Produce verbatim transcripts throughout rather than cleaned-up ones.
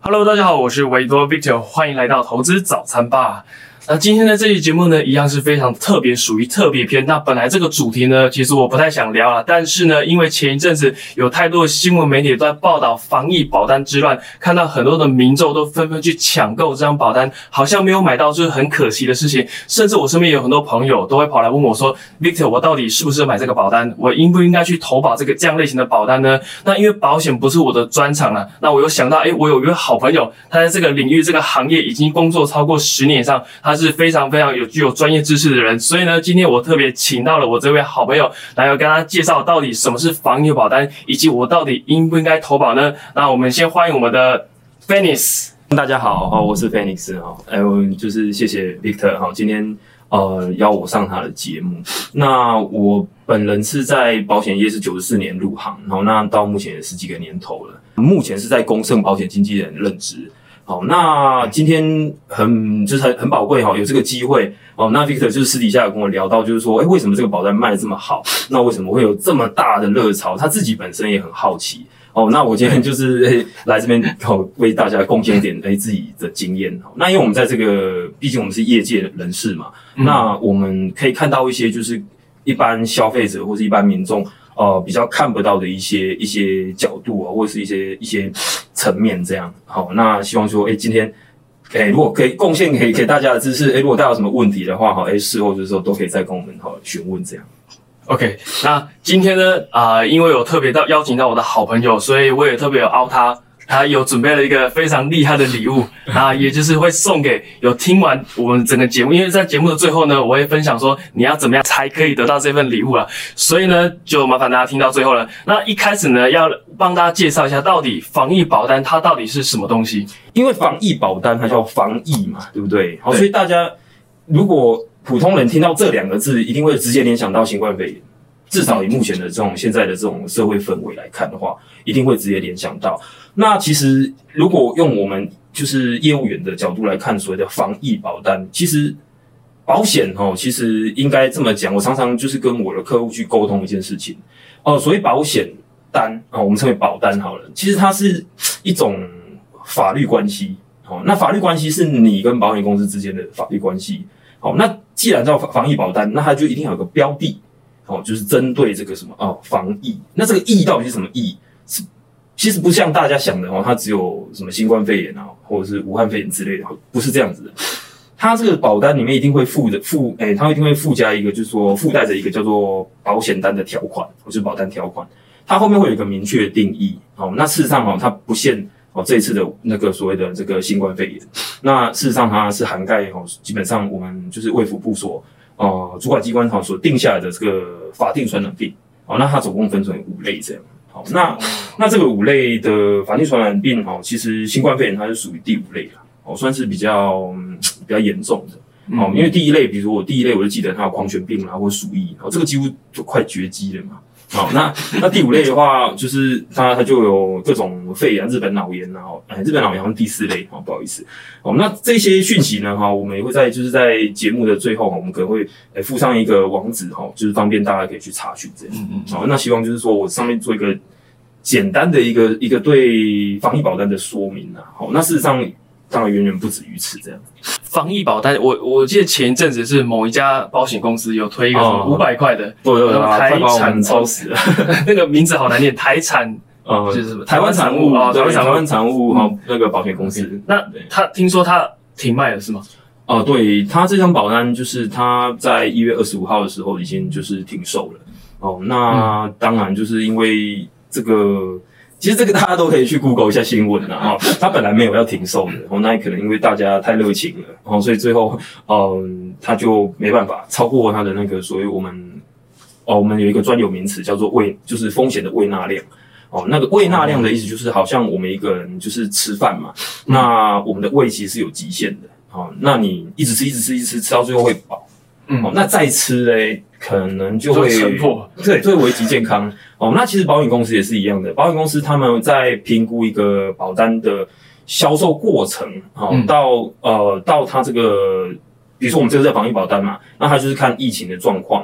Hello， 大家好，我是维多 Victor， 欢迎来到投资早餐吧。那今天的这期节目呢，一样是非常特别，属于特别篇。那本来这个主题呢，其实我不太想聊啦，但是呢，因为前一阵子有太多的新闻媒体都在报道防疫保单之乱，看到很多的民众都纷纷去抢购这张保单，好像没有买到就是很可惜的事情。甚至我身边有很多朋友都会跑来问我说 ，Victor， 我到底适不适合买这个保单？我应不应该去投保这个这样类型的保单呢？那因为保险不是我的专长啦，那我又想到，诶，我有一个好朋友，他在这个领域、这个行业已经工作超过十年以上，他是非常非常有具有专业知识的人，所以呢，今天我特别请到了我这位好朋友来跟他介绍到底什么是防疫保单，以及我到底应不应该投保呢？那我们先欢迎我们的 Phoenix。 大家好，我是 Phoenix 哈，哎，我就是谢谢 Victor 哈，今天呃邀我上他的节目。那我本人是在保险业是九十四年入行，然后那到目前也十几个年头了，目前是在公盛保险经纪人任职。好，那今天很就是很很宝贵哈，有这个机会哦。那 Victor 就是私底下有跟我聊到，就是说，哎，为什么这个保单卖得这么好？那为什么会有这么大的热潮？他自己本身也很好奇哦。那我今天就是诶来这边哦，为大家贡献一点诶自己的经验。那因为我们在这个，毕竟我们是业界的人士嘛，嗯、那我们可以看到一些就是一般消费者或是一般民众。呃，比较看不到的一些一些角度啊，或者是一些一些层面这样。好，那希望说，诶，今天，诶，如果可以贡献给给大家的知识，诶，如果大家有什么问题的话，哈，诶，事后的时候都可以再跟我们哈询问这样。 OK， 那今天呢，啊、呃，因为有特别到邀请到我的好朋友，所以我也特别有凹他。他有准备了一个非常厉害的礼物啊，也就是会送给有听完我们整个节目，因为在节目的最后呢，我会分享说你要怎么样才可以得到这份礼物啦，所以呢，就麻烦大家听到最后了。那一开始呢，要帮大家介绍一下到底防疫保单它到底是什么东西？ 因为防疫保单它叫防疫嘛，对不对？好，所以大家如果普通人听到这两个字，一定会直接联想到新冠肺炎。至少以目前的这种现在的这种社会氛围来看的话，一定会直接联想到。那其实如果用我们就是业务员的角度来看，所谓的防疫保单，其实保险哦，其实应该这么讲。我常常就是跟我的客户去沟通一件事情哦、呃，所谓保险单啊、哦，我们称为保单好了。其实它是一种法律关系哦。那法律关系是你跟保险公司之间的法律关系。好，那既然叫防疫保单，那它就一定要有个标的。哦，就是针对这个什么哦，防疫。那这个疫到底是什么疫？是其实不像大家想的哦，它只有什么新冠肺炎啊，或者是武汉肺炎之类的，不是这样子的。它这个保单里面一定会附的附，诶、欸，它一定会附加一个，就是说附带着一个叫做保险单的条款，或是保单条款。它后面会有一个明确的定义。哦，那事实上哦，它不限哦这一次的那个所谓的这个新冠肺炎。那事实上它是涵盖哦，基本上我们就是卫福部所。呃，主管机关哈所定下来的这个法定传染病，好，那它总共分成五类这样。好，那那这个五类的法定传染病，哈，其实新冠肺炎它是属于第五类啦，哦，算是比较比较严重的。哦，因为第一类，比如说我第一类我就记得它有狂犬病啦或鼠疫，哦，这个几乎就快绝迹了嘛。好，那那第五类的话，就是它它就有各种肺炎、日本脑炎啊，哎，日本脑炎好像第四类，哦，不好意思。哦，那这些讯息呢，哈，我们也会在就是在节目的最后，我们可能会诶附上一个网址，哈，就是方便大家可以去查询这样。嗯嗯。好，那希望就是说我上面做一个简单的一个一个对防疫保单的说明啊。好，那事实上当然远远不止于此这样。 防疫保单，我我记得前一阵子是某一家保险公司有推一个什么五百块的， 对对对， 台产超死了， 那个名字好难念，台产。呃，就是什么台湾产物啊， 台湾台湾产物哈，那个保险公司。 那他听说他停卖了是吗？ 哦、呃，对，他这张保单就是他在一月二十五号的时候已经就是停售了。哦，那、嗯、当然就是因为这个，其实这个大家都可以去 Google 一下新闻啦。哦，他本来没有要停售的，哦，那也可能因为大家太热情了，哦，所以最后，嗯、呃，他就没办法超过他的那个所谓我们，哦，我们有一个专有名词叫做胃，就是风险的胃纳量。哦，那个胃纳量的意思就是好像我们一个人就是吃饭嘛，嗯、那我们的胃其实是有极限的。哦，那你一直吃一直吃一直吃，吃到最后会饱。嗯，哦，那再吃嘞，可能就会撑破， 对，就会危及健康。哦，那其实保险公司也是一样的，保险公司他们在评估一个保单的销售过程，哦，嗯、到呃到它这个，比如说我们这个是防疫保单嘛，那它就是看疫情的状况。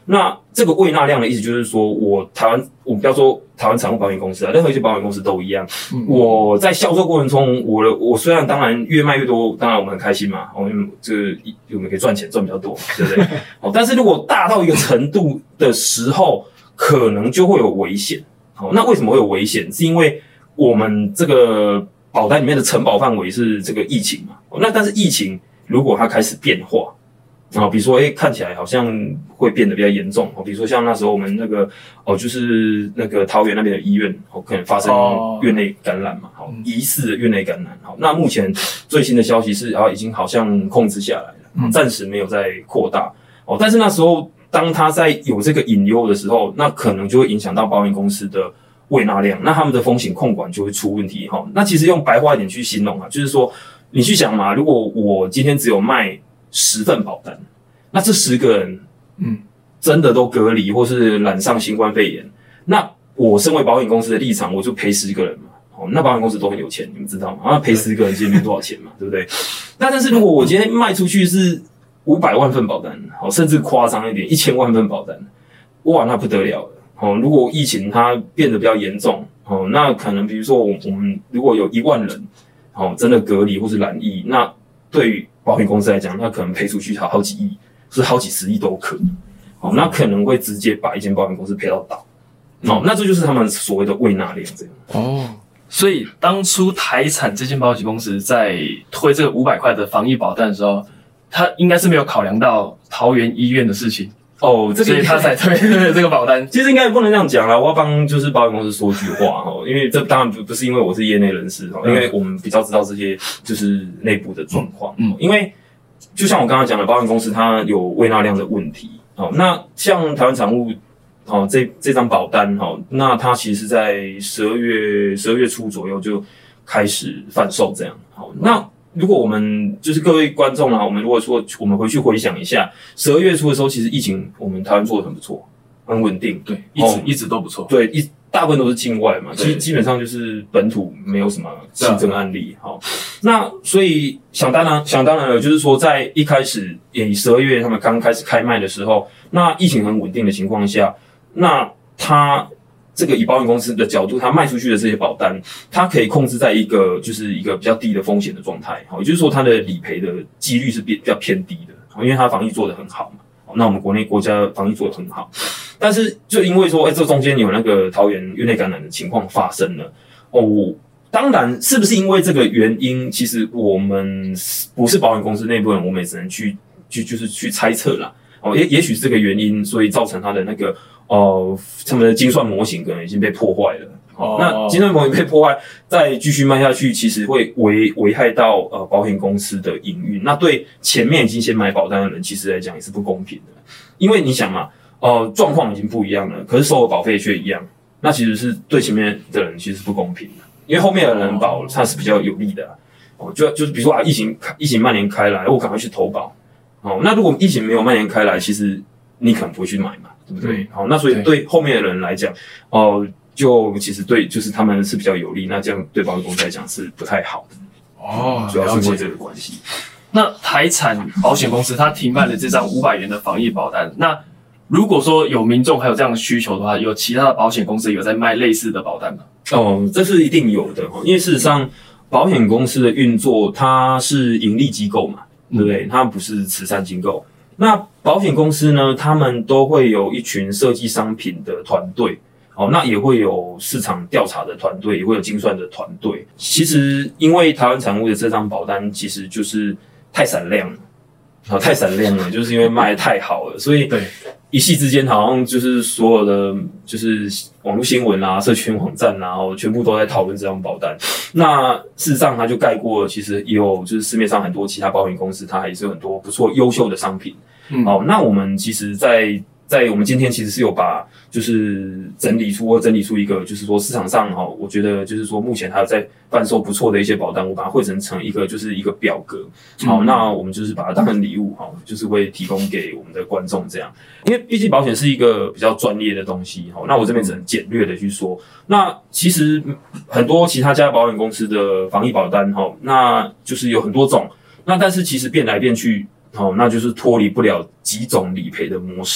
那这个未纳量的意思就是说，我台湾，我们不要说台湾产物保险公司啊，任何一些保险公司都一样。嗯、我在销售过程中，我的我虽然当然越卖越多，当然我们很开心嘛，我们这个我们可以赚钱，赚比较多，对不对？好，但是如果大到一个程度的时候，可能就会有危险。好，那为什么会有危险？是因为我们这个保单里面的承保范围是这个疫情嘛？那但是疫情如果它开始变化。啊，比如说，诶、欸，看起来好像会变得比较严重。哦，比如说像那时候我们那个，哦，就是那个桃园那边的医院，哦，可能发生院内感染嘛，好、哦，疑似的院内感染。好，那目前最新的消息是，啊，已经好像控制下来了，暂时没有再扩大。哦，但是那时候当他在有这个隐忧的时候，那可能就会影响到保险公司的未纳量，那他们的风险控管就会出问题。哈、哦，那其实用白话一点去形容啊，就是说，你去想嘛，如果我今天只有卖十份保单，那这十个人，嗯，真的都隔离或是染上新冠肺炎，那我身为保险公司的立场，我就赔十个人嘛。哦，那保险公司都很有钱，你们知道吗？那赔十个人其实没多少钱嘛，对不对？那但是如果我今天卖出去是五百万份保单，哦，甚至夸张一点，一千万份保单，哇，那不得了了。哦，如果疫情它变得比较严重，哦，那可能比如说我我们如果有一万人，哦，真的隔离或是染疫，那对于保险公司来讲，那可能赔出去好好几亿，是好几十亿都有可能。哦，那可能会直接把一间保险公司赔到倒。哦，那这就是他们所谓的未纳量这样。 哦，所以当初台产这间保险公司在推这个五百块的防疫保单的时候，他应该是没有考量到桃园医院的事情。 哦，这个所以他才推这个保单。 其实应该不能这样讲啦，我要帮就是保险公司说句话哈，因为这当然不不是因为我是业内人士哈，因为我们比较知道这些就是内部的状况。嗯，因为就像我刚刚讲的，保险公司它有未纳量的问题。好，那像台湾产物，好这这张保单哈，那它其实在十二月十二月初左右就开始贩售这样。好，那如果我们就是各位观众啊，我们如果说我们回去回想一下，十二月初的时候，其实疫情我们台湾做得很不错，很稳定， 对，一直、哦、一直都不错， 对，一大部分都是境外嘛，其实基本上就是本土没有什么新增案例。好，那所以想当然想当然了，就是说在一开始以十二月他们刚开始开卖的时候，那疫情很稳定的情况下，那它这个以保险公司的角度，它卖出去的这些保单，它可以控制在一个就是一个比较低的风险的状态，好，也就是说它的理赔的几率是比较偏低的，因为它防疫做得很好嘛。那我们国内国家防疫做得很好，但是就因为说，哎、欸，这中间有那个桃园院内感染的情况发生了，哦，当然是不是因为这个原因，其实我们不是保险公司内部人，我们也只能去去就是去猜测啦。哦，也也许是这个原因，所以造成它的那个哦，他们的精算模型可能已经被破坏了。哦，那精算模型被破坏，再继续卖下去，其实会危危害到呃保险公司的营运。那对前面已经先买保单的人，其实来讲也是不公平的，因为你想嘛，呃，状况已经不一样了，可是收的保费却一样，那其实是对前面的人其实是不公平的，因为后面的人保它是比较有利的、啊。哦，就就是比如说啊，疫情疫情蔓延开来，我赶快去投保。哦，那如果疫情没有蔓延开来，其实你可能不会去买嘛，对不对？好、嗯，那所以对后面的人来讲，哦、呃，就其实对，就是他们是比较有利，那这样对保险公司来讲是不太好的。哦，主要是因为这个关系。 那台产保险公司它停卖了这张五百元的防疫保单，那如果说有民众还有这样的需求的话，有其他的保险公司有在卖类似的保单吗？ 哦，这是一定有的，因为事实上保险公司的运作它是盈利机构嘛。对不对？他们不是慈善机构。那保险公司呢？他们都会有一群设计商品的团队，哦，那也会有市场调查的团队，也会有精算的团队。其实，因为台湾产物的这张保单其实就是太闪亮了，好、哦，太闪亮了，就是因为卖得太好了，所以对一夕之间，好像就是所有的就是网络新闻啊、社群网站啊，哦，全部都在讨论这张保单。那事实上，它就盖过了，其实也有就是市面上很多其他保险公司，它还是有很多不错、优秀的商品。嗯，好、哦，那我们其实在，在在我们今天其实是有把就是整理出或整理出一个，就是说市场上哈、哦，我觉得就是说目前还有在贩售不错的一些保单，我把它汇成成一个就是一个表格。好、嗯，那我们就是把它当成礼物哈，就是会提供给我们的观众这样。因为毕竟保险是一个比较专业的东西哈，那我这边只能简略的去说。那其实很多其他家保险公司的防疫保单哈，那就是有很多种，那但是其实变来变去。好，那就是脱离不了几种理赔的模式。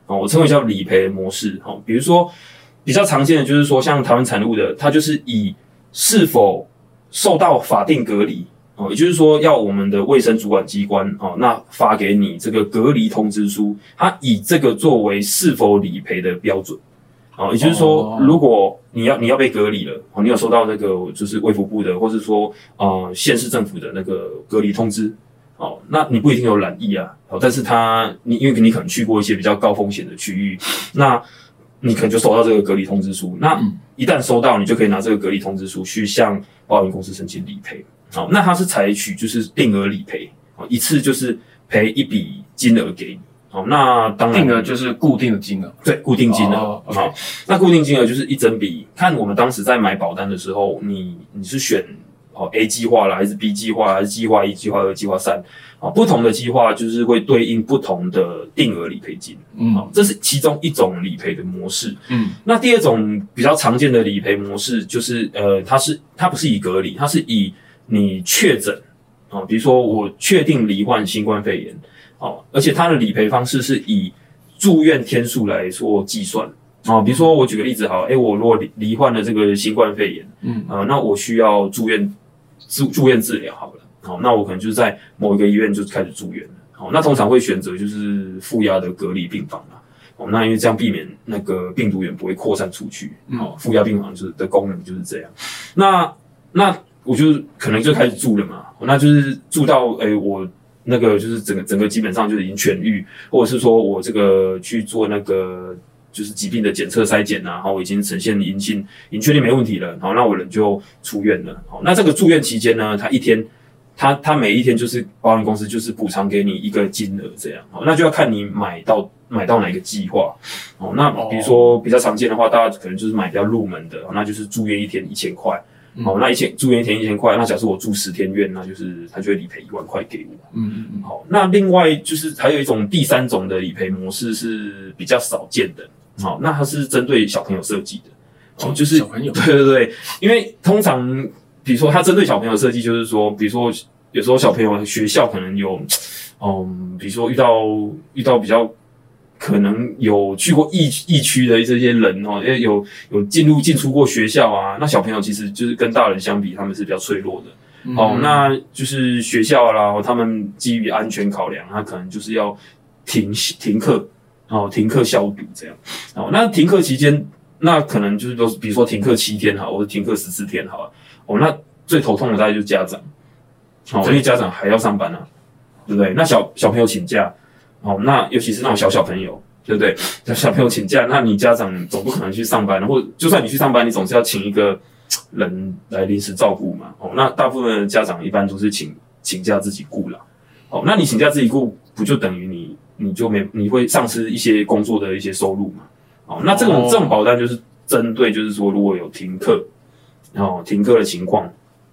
哦，我称为叫理赔模式。哦，比如说比较常见的就是说，像台湾产物的，它就是以是否受到法定隔离。哦，也就是说，要我们的卫生主管机关哦，那发给你这个隔离通知书，它以这个作为是否理赔的标准。哦，也就是说，如果你要你要被隔离了，哦，你有收到那个就是卫福部的，或是说呃县市政府的那个隔离通知，哦，那你不一定有染疫啊，哦，但是他你因为你可能去过一些比较高风险的区域，那你可能就收到这个隔离通知书，那一旦收到，你就可以拿这个隔离通知书去向保险公司申请理赔。好，那它是采取就是定额理赔，一次就是赔一笔金额给你。好，那当然定额就是固定的金额， 对，固定金额。 哦 okay. 好，那固定金额就是一整笔。看我们当时在买保单的时候，你你是选哦 A 计划啦，还是 B 计划，还是计划一、计划二、计划三？啊，不同的计划就是会对应不同的定额理赔金。嗯，好，这是其中一种理赔的模式。嗯，那第二种比较常见的理赔模式就是呃，它是它不是以隔离，它是以你确诊啊，比如说我确定罹患新冠肺炎，哦，而且它的理赔方式是以住院天数来做计算啊。比如说我举个例子好，诶，我如果罹患了这个新冠肺炎，嗯，啊，那我需要住院住住院治疗好了，好，那我可能就是在某一个医院就开始住院了，好，那通常会选择就是负压的隔离病房啦。哦，那因为这样避免那个病毒源不会扩散出去，哦，负压病房就是的功能就是这样。那那我就可能就开始住了嘛，那就是住到诶、欸、我那个就是整个整个基本上就是已经痊愈，或者是说我这个去做那个就是疾病的检测筛检啊，然后我已经呈现阴性，已经确定没问题了，好，那我人就出院了。好，那这个住院期间呢，他一天他他每一天就是保险公司就是补偿给你一个金额这样，好，那就要看你买到买到哪一个计划。好，那比如说比较常见的话，大家可能就是买比较入门的，那就是住院一天一千块。好，那一千住院一天一千块，那假设我住十天院，那就是他就会理赔一万块给我。嗯嗯嗯。好，那另外就是还有一种第三种的理赔模式是比较少见的。好，那它是针对小朋友设计的。哦，就是小朋友。 对对对，因为通常比如说它针对小朋友设计，就是说，比如说有时候小朋友学校可能有，嗯，比如说遇到遇到比较。可能有去过疫疫区的这些人哦，有有进入进出过学校啊，那小朋友其实就是跟大人相比，他们是比较脆弱的。嗯、哦，那就是学校啦，他们基于安全考量，他可能就是要停停课，哦，停课消毒这样。哦，那停课期间，那可能就是都比如说停课七天好，或者停课十四天好了。哦，那最头痛的大概就是家长，哦，因为家长还要上班啊，对不对？那小小朋友请假。哦，那尤其是那种小小朋友，对不对？小朋友请假，那你家长总不可能去上班，或者就算你去上班，你总是要请一个人来临时照顾嘛。哦，那大部分的家长一般都是请请假自己顾啦。哦，那你请假自己顾，不就等于你你就没你会丧失一些工作的一些收入嘛？哦，那这种、哦、这种保单就是针对，就是说如果有停课，然后停课的情况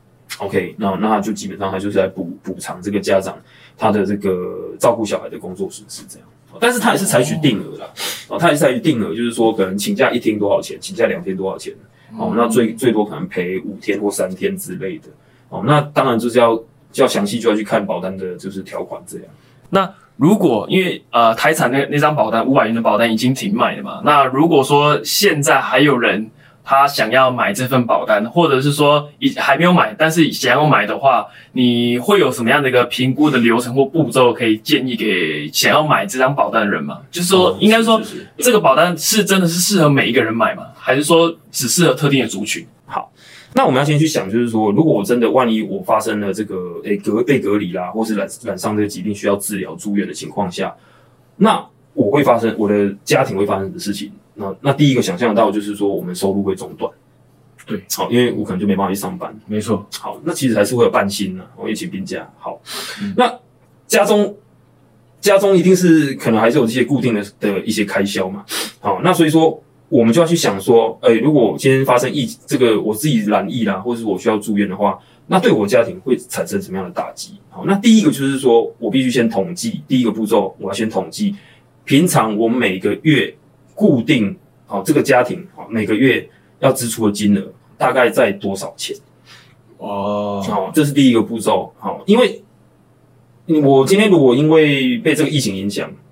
，OK， 那那他就基本上他就是来补补偿这个家长。他的这个照顾小孩的工作损失这样，但是他也是采取定额啦，哦，他也是采取定额，就是说可能请假一天多少钱，请假两天多少钱，哦，那最最多可能赔五天或三天之类的，哦，那当然就是要要详细就要去看保单的就是条款这样。 那如果因为呃台产那那张保单五百元的保单已经停卖了嘛，那如果说现在还有人他想要买这份保单，或者是说还没有买，但是想要买的话，你会有什么样的一个评估的流程或步骤可以建议给想要买这张保单的人吗？就是说，应该说这个保单是真的是适合每一个人买吗？还是说只适合特定的族群？ 好，那我们要先去想，就是说，如果我真的万一我发生了这个诶隔被隔离啦，或是染染上这个疾病需要治疗住院的情况下，那我会发生我的家庭会发生的事情。那那第一个想象到就是说，我们收入会中断， 对， 好，因为我可能就没办法去上班， 没错。 好，那其实还是会有半薪呢，我也请病假。好，嗯、那家中家中一定是可能还是有这些固定的的一些开销嘛。好，那所以说我们就要去想说，哎、欸，如果今天发生疫这个我自己染疫啦，或者是我需要住院的话，那对我家庭会产生什么样的打击？好，那第一个就是说我必须先统计，第一个步骤我要先统计，平常我每个月。固定好，这个家庭好每个月要支出的金额大概在多少钱？哦，好，这是第一个步骤。好，因为我今天如果因为被这个疫情影响，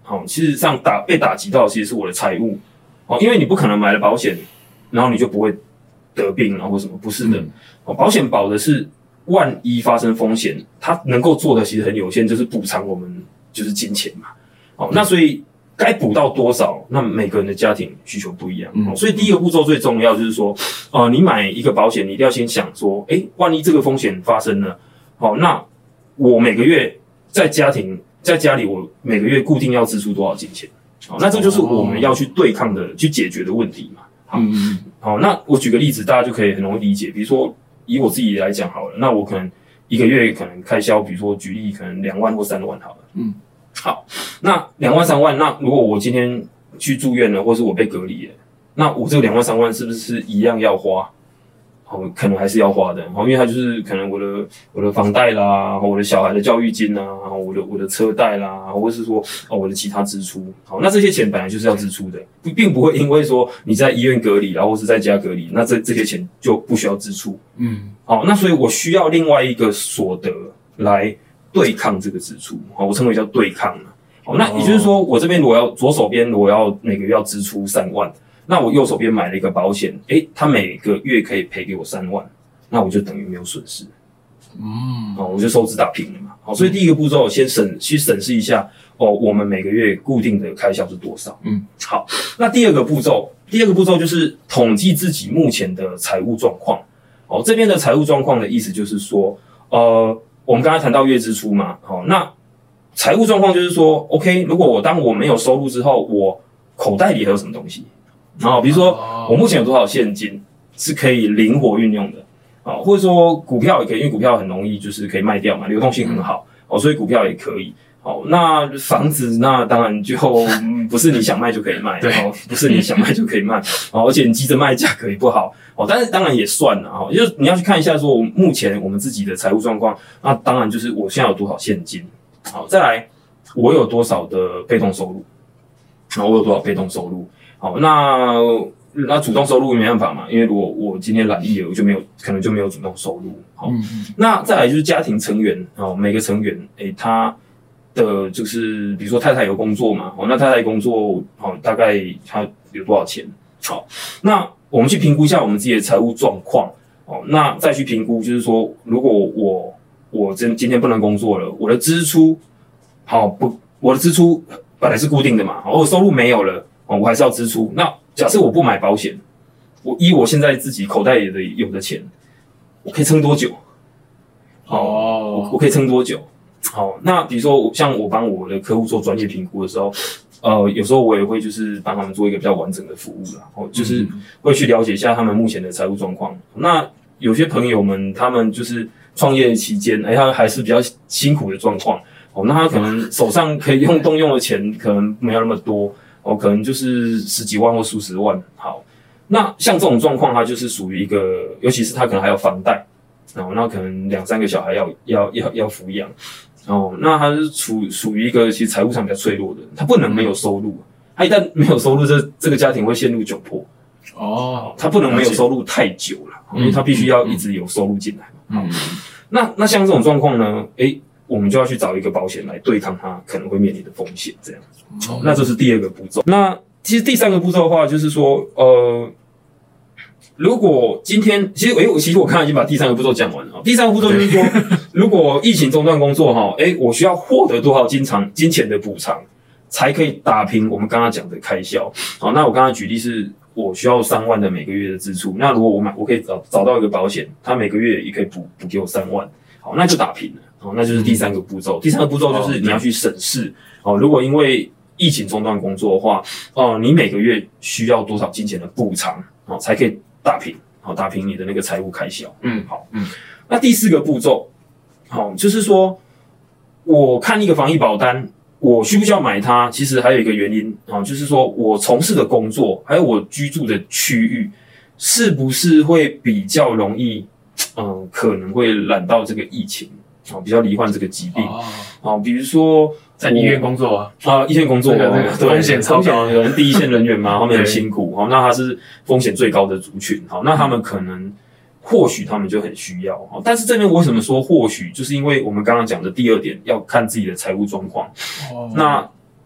好，其实上打被打击到的其实是我的财务，哦，因为你不可能买了保险，然后你就不会得病啊或什么，不是的，哦，保险保的是万一发生风险，它能够做的其实很有限，就是补偿我们就是金钱嘛，哦，那所以该补到多少，那每个人的家庭需求不一样，哦，所以第一个步骤最重要就是说，呃，你买一个保险，你一定要先想说，诶，万一这个风险发生了，好，那我每个月在家庭。在家里，我每个月固定要支出多少金钱？好，那这就是我们要去对抗的、去解决的问题嘛。好，嗯、好，那我举个例子，大家就可以很容易理解。比如说，以我自己来讲好了，那我可能一个月可能开销，比如说举例，可能两万或三万好了。嗯，好，那两万三万，那如果我今天去住院了，或是我被隔离了，那我这个两万三万是不是一样要花？哦，可能还是要花的，哦，因为它就是可能我的我的房贷啦，我的小孩的教育金啊，我的我的车贷啦，或是说哦我的其他支出，好，那这些钱本来就是要支出的，并不会因为说你在医院隔离，然后或是在家隔离，那这这些钱就不需要支出，嗯，好，那所以我需要另外一个所得来对抗这个支出，好，我称为叫对抗嘛，好，那也就是说我这边我要左手边我要每个月要支出三万。那我右手边买了一个保险，诶，它每个月可以赔给我三万，那我就等于没有损失，嗯，哦，我就收支打平了嘛。好，所以第一个步骤先审去审视一下，哦，我们每个月固定的开销是多少，嗯，好，那第二个步骤，第二个步骤就是统计自己目前的财务状况。哦，这边的财务状况的意思就是说，呃，我们刚才谈到月支出嘛，好，那财务状况就是说 ，OK， 如果我当我没有收入之后，我口袋里还有什么东西？然后比如说我目前有多少现金是可以灵活运用的，啊，或者说股票也可以，因为股票很容易就是可以卖掉嘛，流动性很好，哦，所以股票也可以。好，那房子那当然就不是你想卖就可以卖， 对， 不是你想卖就可以卖，哦，而且你急着卖价格也不好，哦，但是当然也算了，哦，就是你要去看一下说目前我们自己的财务状况，那当然就是我现在有多少现金，好，再来我有多少的被动收入，然后我有多少被动收入。好，那那主动收入没办法嘛，因为如果我今天染疫了，我就没有可能就没有主动收入。好，嗯、那再来就是家庭成员哦，每个成员诶，他的就是比如说太太有工作嘛，哦，那太太工作哦，大概他有多少钱？好，那我们去评估一下我们自己的财务状况哦，那再去评估就是说，如果我我今今天不能工作了，我的支出好不，我的支出本来是固定的嘛，我收入没有了。哦，我还是要支出。那假设我不买保险，我依我现在自己口袋里的有的钱，我可以撑多久？哦，我我可以撑多久？好，那比如说像我帮我的客户做专业评估的时候，呃，有时候我也会就是帮他们做一个比较完整的服务啦，哦，就是会去了解一下他们目前的财务状况。那有些朋友们他们就是创业期间，哎，他还是比较辛苦的状况，哦，那他可能手上可以用动用的钱可能没有那么多。哦，可能就是十几万或数十万。好，那像这种状况，它就是属于一个，尤其是他可能还有房贷，哦，那可能两三个小孩要要要要抚养，哦，那他是处属于一个其实财务上比较脆弱的，他不能没有收入，他一旦没有收入，这这个家庭会陷入窘迫。哦，他不能没有收入太久了，因为他必须要一直有收入进来嘛。嗯，那那像这种状况呢，诶。我们就要去找一个保险来对抗它可能会面临的风险，这样。好，那这是第二个步骤。那其实第三个步骤的话，就是说，呃，如果今天其实诶，我其实我刚才已经把第三个步骤讲完了。第三个步骤就是说，如果疫情中断工作哈，诶，我需要获得多少金偿金钱的补偿，才可以打平我们刚刚讲的开销。好，那我刚才举例是我需要三万的每个月的支出，那如果我买，我可以找找到一个保险，它每个月也可以补补给我三万，好，那就打平了。哦，那就是第三个步骤。第三个步骤就是你要去审视哦，如果因为疫情中断工作的话，哦，你每个月需要多少金钱的补偿哦，才可以打平，好，打平你的那个财务开销。嗯，好，嗯。那第四个步骤，好，就是说，我看一个防疫保单，我需不需要买它？其实还有一个原因啊，就是说我从事的工作，还有我居住的区域，是不是会比较容易，嗯，可能会染到这个疫情。哦，比较罹患这个疾病哦，哦，比如说在医院工作啊， 啊，医院工作， 这个这个风险超高， 有人第一线人员嘛，他们很辛苦，好，那他是风险最高的族群，好，那他们可能或许他们就很需要，好，但是这边为什么说或许，就是因为我们刚刚讲的第二点，要看自己的财务状况，哦，那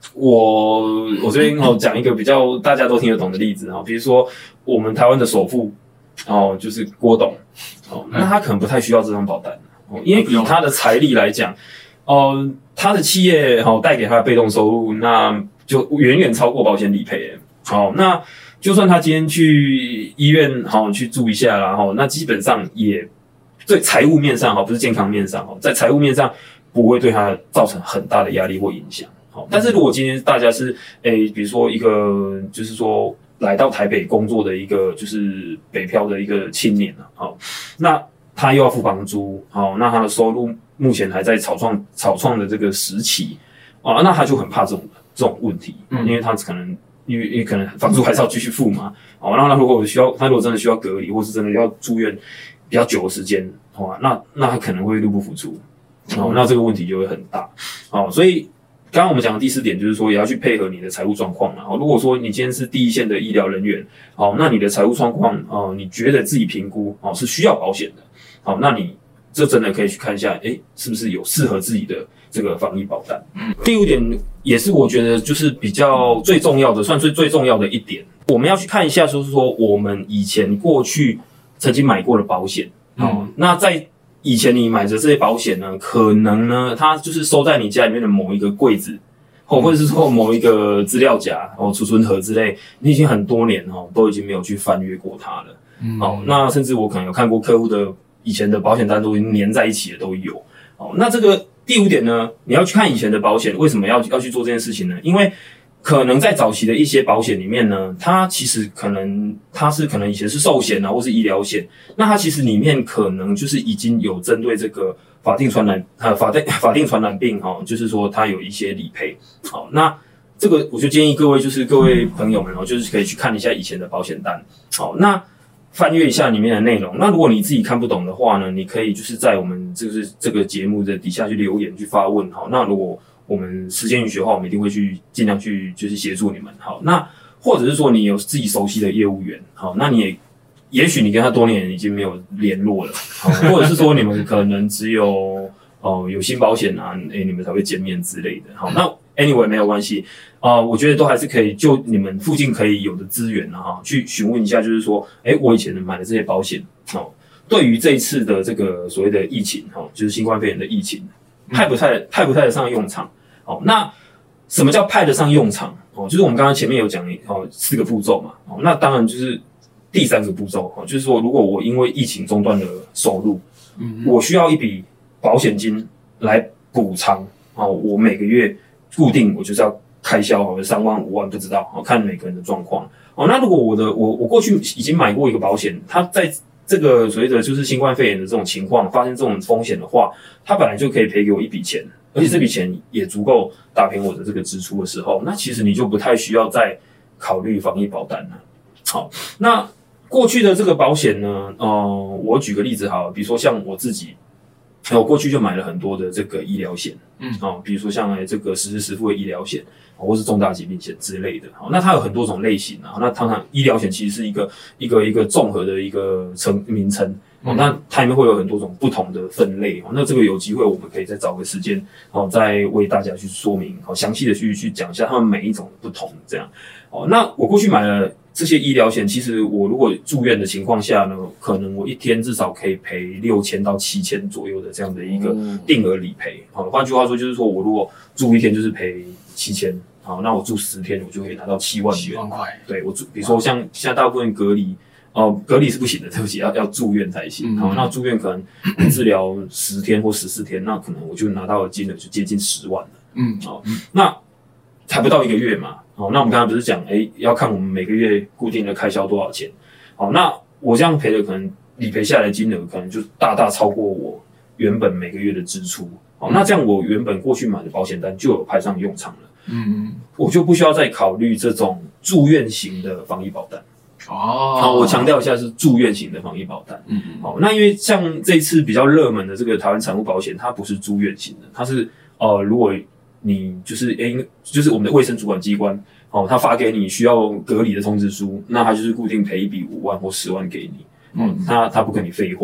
我我这边哦讲一个比较大家都听得懂的例子啊，比如说我们台湾的首富哦，就是郭董哦，那他可能不太需要这张保单哦，因为以他的财力来讲，哦、呃，他的企业好、哦、带给他的被动收入，那就远远超过保险理赔。好、哦，那就算他今天去医院好、哦、去住一下啦，哈、哦，那基本上也对财务面上哈，不是健康面上哈，在财务面上不会对他造成很大的压力或影响。好，但是如果今天大家是诶、欸，比如说一个就是说来到台北工作的一个就是北漂的一个青年啊，好，那他又要付房租，好，那他的收入目前还在草创草创的这个时期啊，那他就很怕这种这种问题，嗯，因为他可能因为因为可能房租还是要继续付嘛，好，那他如果需要他如果真的需要隔离，或是真的要住院比较久的时间，好，那那他可能会入不敷出，好，那这个问题就会很大，好，所以刚刚我们讲的第四点就是说，也要去配合你的财务状况啦。如果说你今天是第一线的医疗人员，好，那你的财务状况啊、呃，你觉得自己评估哦是需要保险的，好，那你这真的可以去看一下，诶，是不是有适合自己的这个防疫保单？嗯，第五点也是我觉得就是比较最重要的，算是最重要的一点，我们要去看一下，就是说我们以前过去曾经买过的保险，哦、嗯，那在以前你买的这些保险呢，可能呢，它就是收在你家里面的某一个柜子，哦，或者是说某一个资料夹、哦储存盒之类，你已经很多年哦都已经没有去翻阅过它了。嗯，哦，那甚至我可能有看过客户的以前的保险单都已经粘在一起的都有。哦，那这个第五点呢，你要去看以前的保险，为什么要要去做这件事情呢？因为可能在早期的一些保险里面呢，它其实可能它是可能以前是寿险啊，或是医疗险，那它其实里面可能就是已经有针对这个法定传染呃法定法定传染病哈、哦，就是说它有一些理赔。好，那这个我就建议各位就是各位朋友们哦，就是可以去看一下以前的保险单。好，那翻阅一下里面的内容。那如果你自己看不懂的话呢，你可以就是在我们就是这个节目的底下去留言去发问。好，那如果我们时间允许的话，我们一定会去尽量去就是协助你们。好，那或者是说你有自己熟悉的业务员，好，那你也也许你跟他多年已经没有联络了，好，或者是说你们可能只有哦、呃、有新保险啊，诶、欸、你们才会见面之类的。好，那 anyway 没有关系啊、呃，我觉得都还是可以就你们附近可以有的资源啊，去询问一下，就是说，诶、欸、我以前买的这些保险，哦，对于这一次的这个所谓的疫情，哈，就是新冠肺炎的疫情，派不派派不派得上用场？好，那什么叫派得上用场？哦，就是我们刚刚前面有讲哦四个步骤嘛，哦，那当然就是第三个步骤哦，就是说如果我因为疫情中断了收入，嗯，我需要一笔保险金来补偿哦，我每个月固定我就是要开销哦，三万五万不知道哦，看每个人的状况哦。那如果我的我我过去已经买过一个保险，它在这个所谓的就是新冠肺炎的这种情况发生这种风险的话，它本来就可以赔给我一笔钱。而且这笔钱也足够打平我的这个支出的时候，那其实你就不太需要再考虑防疫保单了。好，那过去的这个保险呢，呃，我举个例子好了，比如说像我自己，我过去就买了很多的这个医疗险，嗯，哦，比如说像这个实支实付的医疗险，或是重大疾病险之类的。好，那它有很多种类型啊。那通常医疗险其实是一个一个一个综合的一个称名称。哦，那它里面会有很多种不同的分类哦。那这个有机会我们可以再找个时间哦，再为大家去说明，好详细的去去讲一下它们每一种不同这样。哦，那我过去买了这些医疗险，其实我如果住院的情况下呢，可能我一天至少可以赔六千到七千左右的这样的一个定额理赔。好，换句话说就是说我如果住一天就是赔七千，好，那我住十天我就可以拿到七万元。 七万块。对， 我住，比如说像现在大部分隔离。哦，隔离是不行的，对不起，要要住院才行。好、嗯，那住院可能治疗十天或十四天，那可能我就拿到的金额就接近十万了。嗯，好，那还不到一个月嘛。好，那我们刚才不是讲，诶，要看我们每个月固定的开销多少钱。好，那我这样赔的可能理赔下来的金额可能就大大超过我原本每个月的支出。好，那这样我原本过去买的保险单就有派上用场了。嗯，我就不需要再考虑这种住院型的防疫保单。哦，好，我强调一下是住院型的防疫保单。嗯嗯，好，那因为像这一次比较热门的这个台湾产物保险，它不是住院型的，它是呃，如果你就是诶、欸，就是我们的卫生主管机关哦，他发给你需要隔离的通知书，那他就是固定赔一笔五万或十万给你。嗯，他他不跟你废话，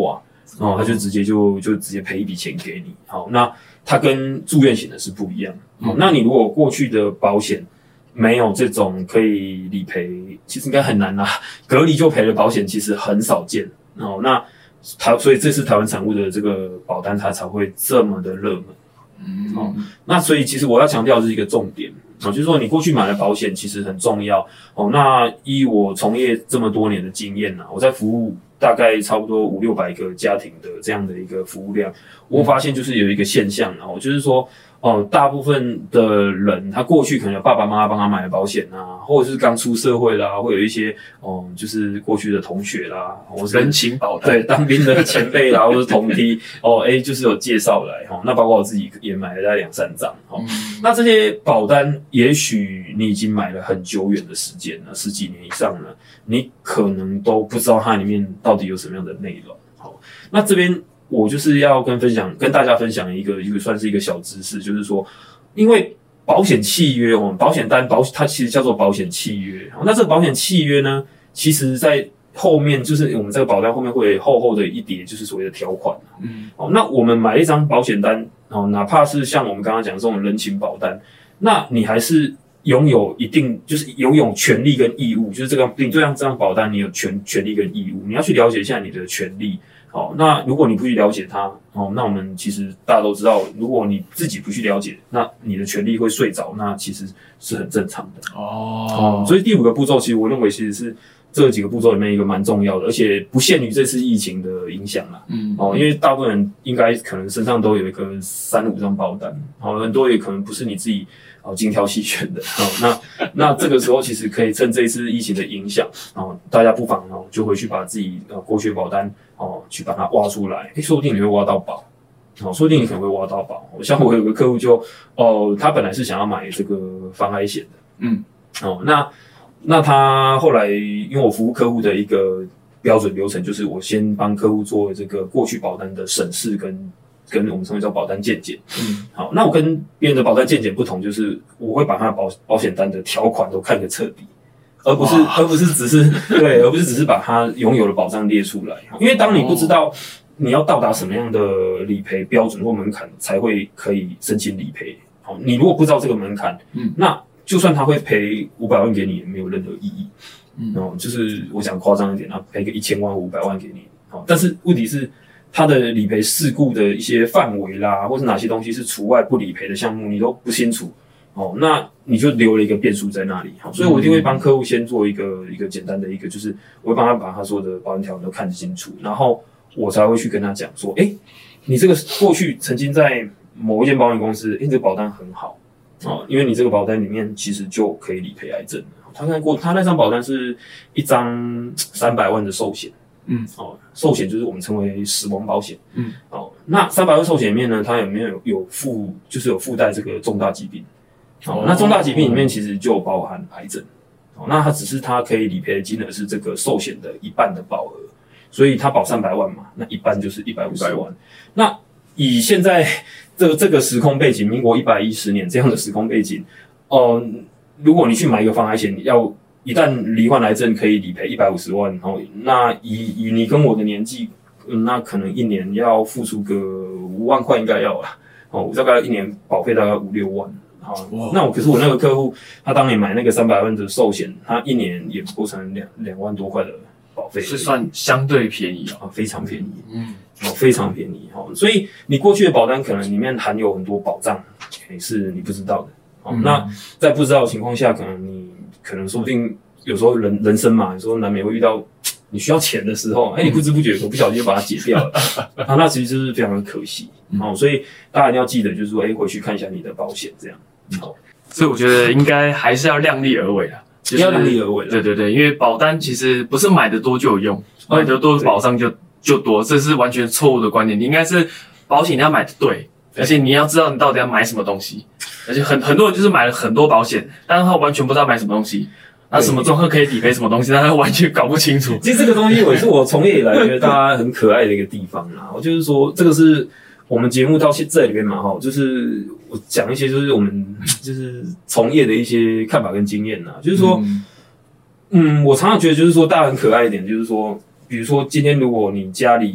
哦，他就直接就就直接赔一笔钱给你。好，那它跟住院险的是不一样。好，那你如果过去的保险没有这种可以理赔，其实应该很难啦。隔离就赔的保险其实很少见。哦，那台所以这是台湾产物的这个保单，它才会这么的热门。嗯，哦，那所以其实我要强调的是一个重点。哦，就是说你过去买的保险其实很重要哦。那依我从业这么多年的经验啊，我在服务大概差不多五六百个家庭的这样的一个服务量，我发现就是有一个现象哦，就是说哦，大部分的人他过去可能有爸爸妈妈帮他买的保险啊，或者是刚出社会啦，会有一些哦，就是过去的同学啦，或是人情保单， 对当兵的前辈啦，或者是同梯哦，哎，就是有介绍来哈。那包括我自己也买了大概两三张哈。那这些保单，也许你已经买了很久远的时间了，十几年以上了，你可能都不知道它里面到底有什么样的内容。好，那这边我就是要跟分享，跟大家分享一个一个算是一个小知识，就是说，因为保险契约哦，保险单保它其实叫做保险契约。那这个保险契约呢，其实在后面就是我们这个保单后面会有厚厚的一叠，就是所谓的条款。嗯，哦，那我们买一张保险单哦，哪怕是像我们刚刚讲这种人情保单，那你还是拥有一定就是拥有权利跟义务，就是这个你这样这张保单你有权权利跟义务，你要去了解一下你的权利。好，那如果你不去了解它，哦，那我们其实大家都知道，如果你自己不去了解，那你的权利会睡着，那其实是很正常的。哦，所以第五个步骤，其实我认为其实是这几个步骤里面一个蛮重要的，而且不限于这次疫情的影响啦。嗯，哦，因为大部分人应该可能身上都有一个三五张保单，哦，很多也可能不是你自己哦精挑细选的。哦，那那这个时候其实可以趁这一次疫情的影响，哦，大家不妨哦就回去把自己呃过去的保单哦去把它挖出来，诶，说不定你会挖到宝。哦，说不定你可能会挖到宝。像我有个客户就哦，他本来是想要买这个防癌险的，嗯，哦，那。那他后来，因为我服务客户的一个标准流程，就是我先帮客户做这个过去保单的审视跟跟我们称为叫保单健检。嗯，好，那我跟别人的保单健检不同，就是我会把他的保保险单的条款都看个彻底，而不是而不是只是对，而不是只是把他拥有的保障列出来。因为当你不知道你要到达什么样的理赔标准或门槛才会可以申请理赔，好，你如果不知道这个门槛，嗯，那就算他会赔五百万给你，也没有任何意义。嗯，哦，就是我讲夸张一点，他赔个一千万、五百万给你，哦，但是问题是他的理赔事故的一些范围啦，或是哪些东西是除外不理赔的项目，你都不清楚，哦，那你就留了一个变数在那里。好，所以我一定会帮客户先做一个一个简单的一个，就是我会帮他把他所有的保险条款都看清楚，然后我才会去跟他讲说，哎，你这个过去曾经在某一间保险公司，哎，这个保单很好。哦，因为你这个保单里面其实就可以理赔癌症。他看过，他那张保单是一张三百万的寿险，嗯，哦，寿险就是我们称为死亡保险，嗯，哦，那三百万寿险里面呢，它有没有有附，就是有附带这个重大疾病，哦，那重大疾病里面其实就包含癌症，哦，那它只是它可以理赔的金额是这个寿险的一半的保额，所以它保三百万嘛，那一半就是一百五十万，那以现在这这个时空背景，民国一百一十年这样的时空背景，哦、呃，如果你去买一个防癌险，要一旦罹患癌症可以理赔一百五十万，然后那以以你跟我的年纪，嗯，那可能一年要付出个五万块应该要啦，哦，大概一年保费大概五六万。好，那我可是我那个客户，他当年买那个三百万的寿险，他一年也不过成两两万多块的保费， 是算相对便宜啊，非常便宜，嗯。哦，非常便宜哦，所以你过去的保单可能里面含有很多保障，也是你不知道的哦。嗯、那在不知道的情况下，可能你可能说不定有时候人人生嘛，有时候难免会遇到你需要钱的时候，哎、欸，你不知不觉我不小心就把它解掉了，啊，那其实就是非常的可惜哦。所以大家一定要记得，就是说，哎、欸，回去看一下你的保险这样。好， 所以我觉得应该还是要量力而为啦。就是、 要量力而为啦。 对对对，因为保单其实不是买的多就有用，买的多保障就。就多，这是完全错误的观念。你应该是保险你要买的对，而且你要知道你到底要买什么东西。而且很很多人就是买了很多保险，但是他完全不知道买什么东西，那什么状况可以理赔什么东西，但他完全搞不清楚。 其实这个东西也是我从业以来觉得大家很可爱的一个地方啦。我就是说，这个是我们节目到现在里面嘛，哈，就是我讲一些就是我们就是从业的一些看法跟经验啦。就是说，嗯，嗯我常常觉得就是说大家很可爱一点，就是说。比如说，今天如果你家里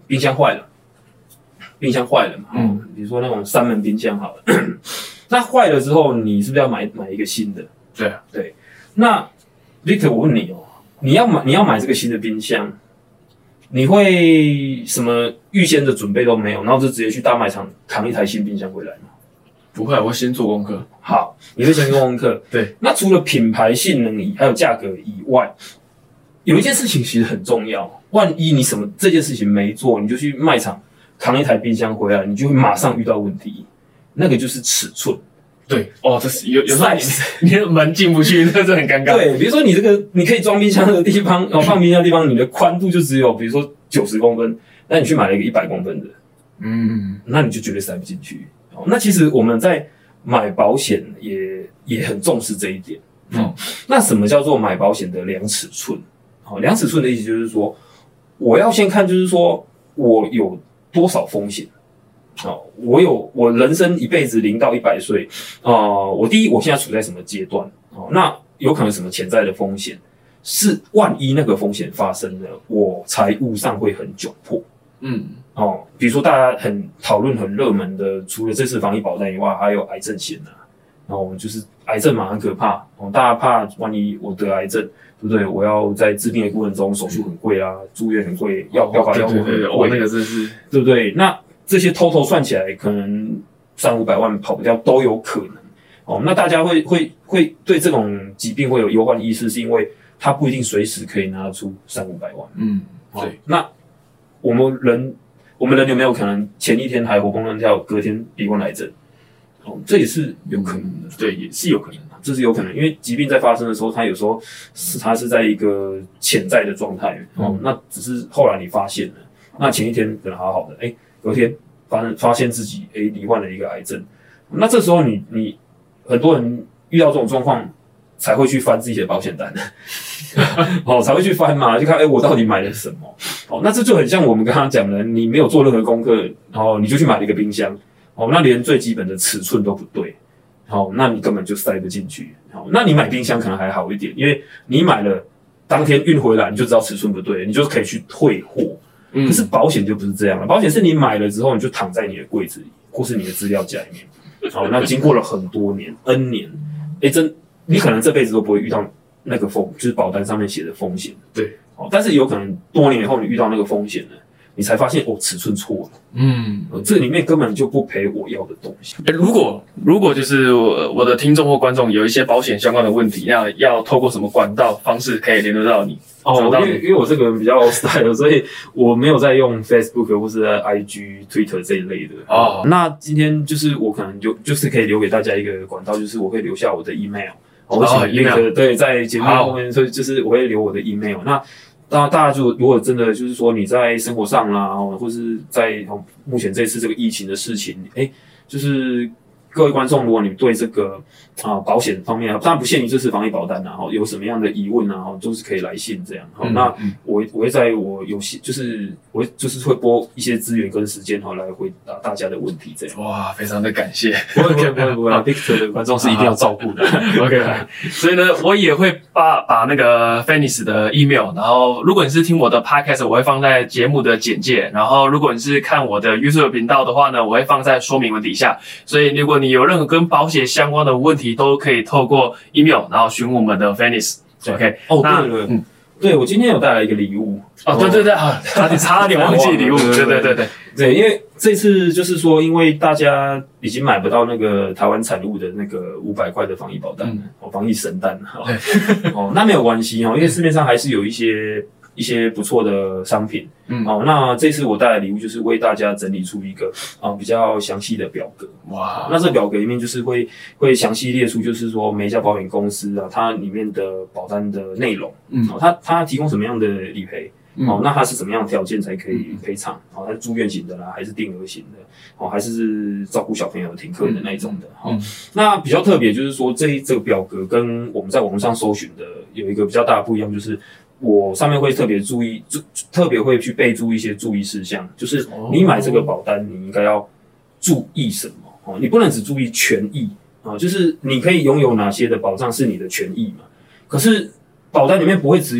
冰箱坏了，冰箱坏了嘛，嗯，比如说那种三门冰箱好了，那坏了之后，你是不是要买买一个新的？ 对对。那 Victor， 我问你哦，你要买你要买这个新的冰箱，你会什么预先的准备都没有，然后就直接去大卖场扛一台新冰箱回来吗？ 不会，我先做功课。 好，你会先做功课。 对。 那除了品牌、性能以还有价格以外，有一件事情其实很重要。万一你什么这件事情没做，你就去卖场扛一台冰箱回来，你就会马上遇到问题。那个就是尺寸。 对，哦，这是有有时候你的门进不去，那是很尴尬。 对，比如说你这个你可以装冰箱的地方，哦，放冰箱的地方，你的宽度就只有比如说九十公分，那你去买了一个一百公分的，嗯，那你就绝对塞不进去。哦，那其实我们在买保险也也很重视这一点。哦，那什么叫做买保险的量尺寸？哦，量尺寸的意思就是说，我要先看，就是说我有多少风险。哦，我有我人生一辈子零到一百岁，呃，我第一，我现在处在什么阶段？哦，那有可能什么潜在的风险？是万一那个风险发生了，我财务上会很窘迫。嗯，哦，比如说大家很讨论很热门的，除了这次防疫保单以外，还有癌症险啊。然后就是癌症嘛，很可怕哦，大家怕万一我得癌症，对不对？我要在治病的过程中手术很贵啊，住院很贵，药药法药物很贵， 哦，那个真是对不对？那这些偷偷算起来，可能三五百万跑不掉都有可能哦。那大家会会会对这种疾病会有忧患意识，是因为它不一定随时可以拿出三五百万。嗯，对。哦，那我们人，我们人有没有可能前一天还活蹦乱跳，隔天罹患癌症？哦，这也是有可能的。 对，也是有可能的， 这是有可能，因为疾病在发生的时候，它有时候是它是在一个潜在的状态哦，嗯，那只是后来你发现了，那前一天可能好好的，哎，隔天发现发现自己哎罹患了一个癌症，那这时候你你很多人遇到这种状况才会去翻自己的保险单，哦，才会去翻嘛，就看哎我到底买了什么，哦，那这就很像我们刚刚讲的，你没有做任何功课，然后你就去买了一个冰箱。哦，那连最基本的尺寸都不对，好，那你根本就塞不进去。好，那你买冰箱可能还好一点，因为你买了当天运回来，你就知道尺寸不对，你就可以去退货。嗯，可是保险就不是这样了，保险是你买了之后，你就躺在你的柜子里，或是你的资料夹里面。好，那经过了很多年 N 年，哎，真你可能这辈子都不会遇到那个风，就是保单上面写的风险。 对， 好，但是有可能多年以后你遇到那个风险了。你才发现哦，尺寸错了，嗯，这里面根本就不赔我要的东西。 欸、如果如果就是我我的听众或观众有一些保险相关的问题，那要透过什么管道方式可以联络到你？ 哦，因为因为我这个人比较 style， 所以我没有在用 Facebook 或是 I G、Twitter 这一类的。哦，那今天就是我可能就就是可以留给大家一个管道，就是我会留下我的 email， 我请 email 对，在节目后面，所以就是我会留我的 email。那那大家就如果真的就是说你在生活上啦，或是在目前这次这个疫情的事情，哎，就是各位观众，如果你对这个啊保险方面，当然不限于这次防疫保单啊，有什么样的疑问啊，都是可以来信这样。好，嗯，那我我会在我有些就是我会就是会拨一些资源跟时间哈来回答大家的问题这样。 哇，非常的感谢。 不会不会不会不会 ，Victor 的观众是一定要照顾的。 OK， 所以呢，我也会把把那个 Phoenix 的 email， 然后如果你是听我的 podcast， 我会放在节目的简介，然后如果你是看我的 YouTube 频道的话呢，我会放在说明文底下。所以如果你有任何跟保险相关的问题，都可以透过 email， 然后询问我们的 Phoenix。OK， 哦，对了，嗯，对我今天有带来一个礼物。 哦，对对对，啊，差点差点忘记礼物。对对对对对，因为这次就是说，因为大家已经买不到那个台湾产物的那个五百块的防疫保单，哦，防疫神单，哦，那没有关系哦，因为市面上还是有一些。一些不错的商品，嗯，好，那这次我带来的礼物就是为大家整理出一个啊、呃、比较详细的表格，哇，那这表格里面就是会会详细列出，就是说每一家保险公司啊，它里面的保单的内容，嗯，好，它它提供什么样的理赔，嗯，哦，那它是怎么样的条件才可以赔偿？哦，它是住院型的啦，还是定额型的？哦，还是照顾小朋友停课的那一种的？好、嗯，那比较特别就是说这这个表格跟我们在网络上搜寻的有一个比较大的不一样，就是。我上面会特别注意，特别会去备注一些注意事项，就是你买这个保单，你应该要注意什么哦？你不能只注意权益啊，就是你可以拥有哪些的保障是你的权益嘛。可是保单里面不会只有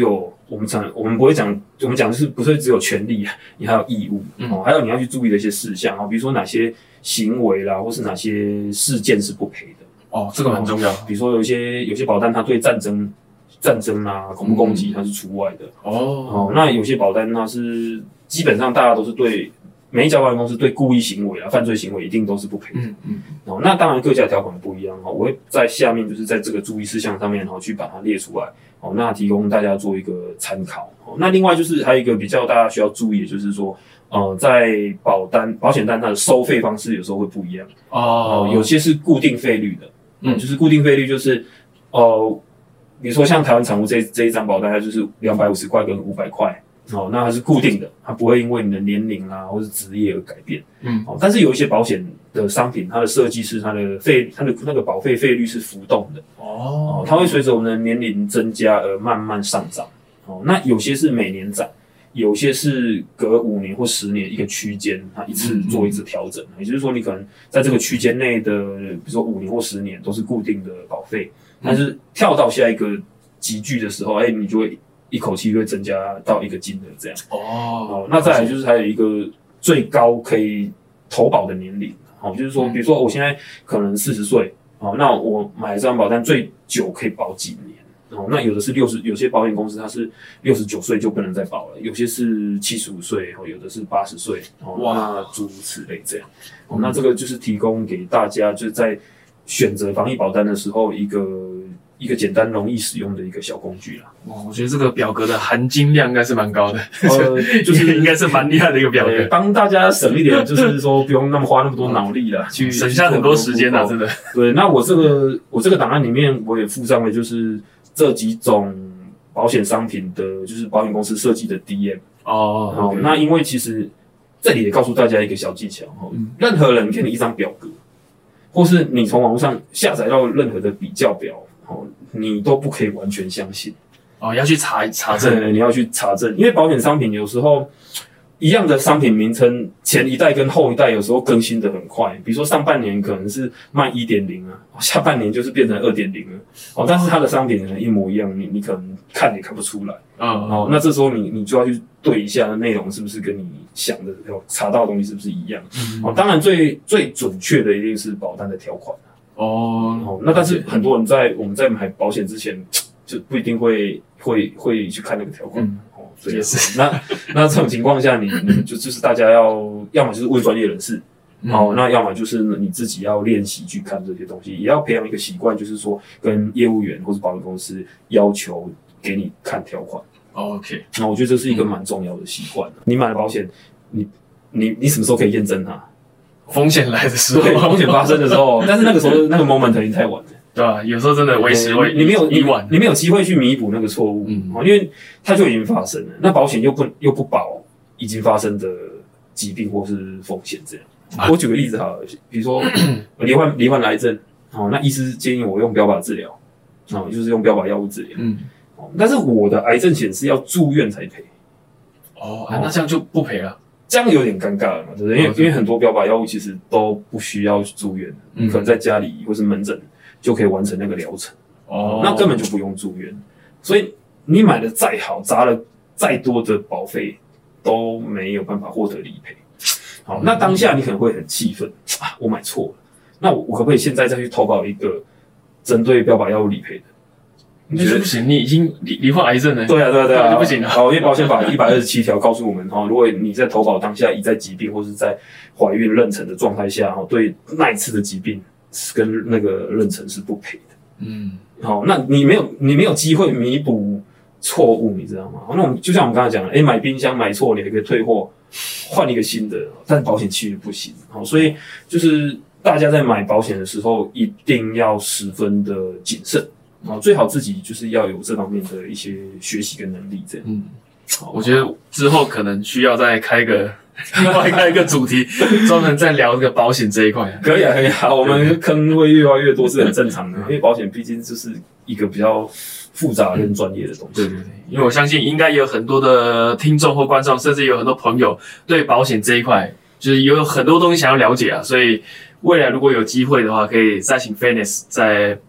我们讲我们不会讲，我们讲就是不是只有权利，你还有义务、嗯哦、还有你要去注意的一些事项哦，比如说哪些行为啦，或是哪些事件是不赔的哦，这个很重要。 比如说有一些有些保单它对战争战争啊、恐怖攻击它是除外的、嗯、哦, 哦，那有些保单它是基本上大家都是对。每一家保险公司对故意行为啊、犯罪行为一定都是不赔的。嗯嗯。哦，那当然各家条款不一样哈，我会在下面就是在这个注意事项上面哈去把它列出来。哦，那提供大家做一个参考。哦，那另外就是还有一个比较大家需要注意的就是说，呃，在保单保险单它的收费方式有时候会不一样。哦。呃、有些是固定费率的，嗯，就是固定费率就是呃，比如说像台湾产物这这一张保单，它就是两百五十块跟五百块。哦，那它是固定的，它不会因为你的年龄啊或是职业而改变。嗯，哦，但是有一些保险的商品，它的设计是它的费，它的那个保费费率是浮动的。哦，它会随着我们的年龄增加而慢慢上涨。哦，那有些是每年涨，有些是隔五年或十年一个区间，它一次做一次调整。也就是说，你可能在这个区间内的，比如说五年或十年都是固定的保费，但是跳到下一个级距的时候，哎，你就会。一口气会增加到一个金额这样哦，哦，那再来就是还有一个最高可以投保的年龄，哦，就是说，比如说我现在可能四十岁，哦，那我买这张保单最久可以保几年？哦，那有的是六十，有些保险公司它是六十九岁就不能再保了，有些是七十五岁，哦，有的是八十岁，哦，哇，诸如此类这样。哦，那这个就是提供给大家，就是在选择防疫保单的时候一个。一个简单容易使用的一个小工具啦。 哦，我觉得这个表格的含金量应该是蛮高的，呃，就是应该是蛮厉害的一个表格， 帮大家省一点，就是说不用那么花那么多脑力啦，去省下很多时间啦，真的。 对，那我这个我这个档案里面我也附上了，就是这几种保险商品的，就是保险公司设计的 D M。哦，好，那因为其实这里也告诉大家一个小技巧哈，嗯、任何人给你一张表格，或是你从网络上下载到任何的比较表。哦，你都不可以完全相信哦，要去查查证， 你要去查证，因为保险商品有时候一样的商品名称，前一代跟后一代有时候更新的很快，比如说上半年可能是卖 一点零 啊，下半年就是变成 二点零 了，哦，但是它的商品可能一模一样，你你可能看也看不出来，嗯，哦，那这时候你你就要去对一下内容是不是跟你想的查到的东西是不是一样，嗯、哦，当然最最准确的一定是保单的条款。哦, 哦，那但是很多人在我们在买保险之前就不一定会会会去看那个条款、嗯、哦，所以是那那这种情况下你，你就就是大家要要么就是问专业人士，嗯、哦，那要么就是你自己要练习去看这些东西，也要培养一个习惯，就是说跟业务员或是保险公司要求给你看条款。 哦、OK， 那我觉得这是一个蛮重要的习惯、嗯。你买了保险，你你你什么时候可以验证它？ 风险来的时候， 风险发生的时候，但是那个时候那个 moment 已经太晚了， 对吧、啊？有时候真的为时未， 你没有你晚，你没有机会去弥补那个错误，嗯，因为它就已经发生了。那保险又不又不保已经发生的疾病或是风险这样。啊、我举个例子好了，比如说罹患罹患癌症，哦，那医师建议我用标靶治疗，哦，就是用标靶药物治疗，嗯，哦，但是我的癌症险是要住院才赔， 哦，啊、那这样就不赔了。 这样有点尴尬了嘛，对不对？因为因为很多标靶药物其实都不需要住院，你可能在家里或是门诊就可以完成那个疗程，哦，那根本就不用住院。所以你买的再好，砸了再多的保费都没有办法获得理赔。好，那当下你可能会很气愤啊，我买错了，那我我可不可以现在再去投保一个针对标靶药物理赔的？ 你觉得不行？你已经罹罹患癌症了。 对啊，对啊，对啊， 就不行了。 好，因为保险法一百二十七条告诉我们，哈，如果你在投保当下已在疾病或是在怀孕妊娠的状态下，哈，对那一次的疾病跟那个妊娠是不赔的。嗯，好，那你没有你没有机会弥补错误，你知道吗？那我们就像我们刚才讲的，哎，买冰箱买错，你还可以退货换一个新的，但保险契约不行。好，所以就是大家在买保险的时候一定要十分的谨慎。哦，最好自己就是要有这方面的一些学习跟能力，这样。嗯， 好，我觉得之后可能需要再开个另外开一个主题，专门再聊这个保险这一块。 可以啊，可以啊，我们坑会越来越多是很正常的，因为保险毕竟就是一个比较复杂跟专业的东西。 对对对，因为我相信应该有很多的听众或观众，甚至有很多朋友对保险这一块就是有很多东西想要了解啊，所以未来如果有机会的话，可以再请 Fairness 再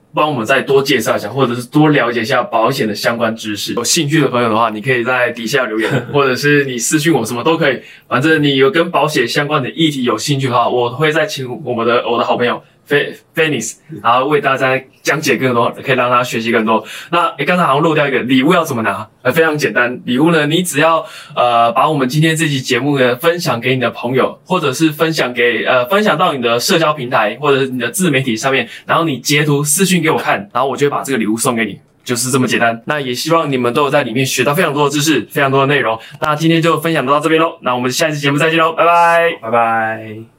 帮我们再多介绍一下，或者是多了解一下保险的相关知识。有兴趣的朋友的话，你可以在底下留言，或者是你私讯我，什么都可以。反正你有跟保险相关的议题有兴趣的话，我会再请我们的我的好朋友。Phoenix， 然后为大家讲解更多，可以让大家学习更多。那诶，刚才好像漏掉一个礼物要怎么拿？呃，非常简单，礼物呢，你只要呃把我们今天这期节目呢分享给你的朋友，或者是分享给呃分享到你的社交平台或者是你的自媒体上面，然后你截图私讯给我看，然后我就会把这个礼物送给你。就是这么简单。那也希望你们都有在里面学到非常多的知识，非常多的内容。那今天就分享到这边咯，那我们下期节目再见咯，拜拜， 拜拜。